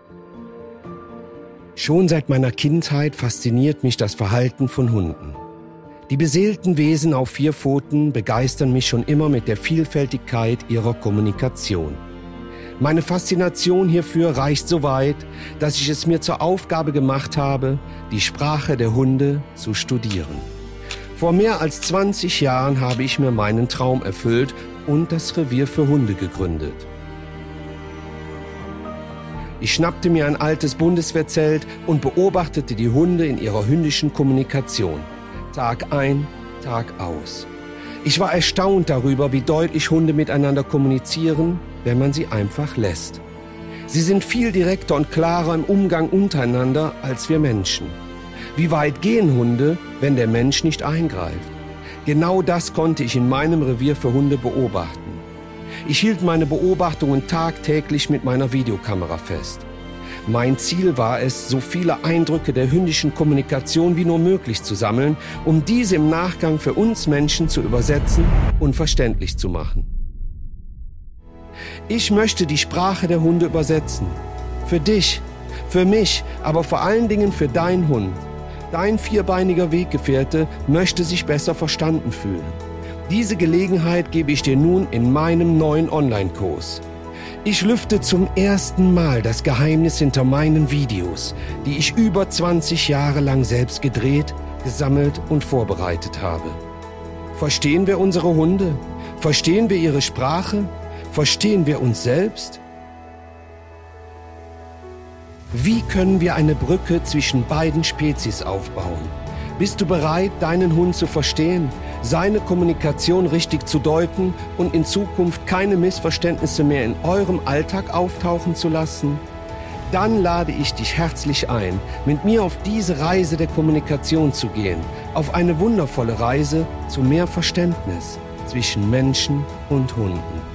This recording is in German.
Schon seit meiner Kindheit fasziniert mich das Verhalten von Hunden. Die beseelten Wesen auf 4 Pfoten begeistern mich schon immer mit der Vielfältigkeit ihrer Kommunikation. Meine Faszination hierfür reicht so weit, dass ich es mir zur Aufgabe gemacht habe, die Sprache der Hunde zu studieren. Vor mehr als 20 Jahren habe ich mir meinen Traum erfüllt und das Revier für Hunde gegründet. Ich schnappte mir ein altes Bundeswehrzelt und beobachtete die Hunde in ihrer hündischen Kommunikation. Tag ein, Tag aus. Ich war erstaunt darüber, wie deutlich Hunde miteinander kommunizieren, wenn man sie einfach lässt. Sie sind viel direkter und klarer im Umgang untereinander als wir Menschen. Wie weit gehen Hunde, wenn der Mensch nicht eingreift? Genau das konnte ich in meinem Revier für Hunde beobachten. Ich hielt meine Beobachtungen tagtäglich mit meiner Videokamera fest. Mein Ziel war es, so viele Eindrücke der hündischen Kommunikation wie nur möglich zu sammeln, um diese im Nachgang für uns Menschen zu übersetzen und verständlich zu machen. Ich möchte die Sprache der Hunde übersetzen. Für dich, für mich, aber vor allen Dingen für deinen Hund. Dein vierbeiniger Weggefährte möchte sich besser verstanden fühlen. Diese Gelegenheit gebe ich dir nun in meinem neuen Online-Kurs. Ich lüfte zum ersten Mal das Geheimnis hinter meinen Videos, die ich über 20 Jahre lang selbst gedreht, gesammelt und vorbereitet habe. Verstehen wir unsere Hunde? Verstehen wir ihre Sprache? Verstehen wir uns selbst? Wie können wir eine Brücke zwischen beiden Spezies aufbauen? Bist du bereit, deinen Hund zu verstehen, seine Kommunikation richtig zu deuten und in Zukunft keine Missverständnisse mehr in eurem Alltag auftauchen zu lassen? Dann lade ich dich herzlich ein, mit mir auf diese Reise der Kommunikation zu gehen, auf eine wundervolle Reise zu mehr Verständnis zwischen Menschen und Hunden.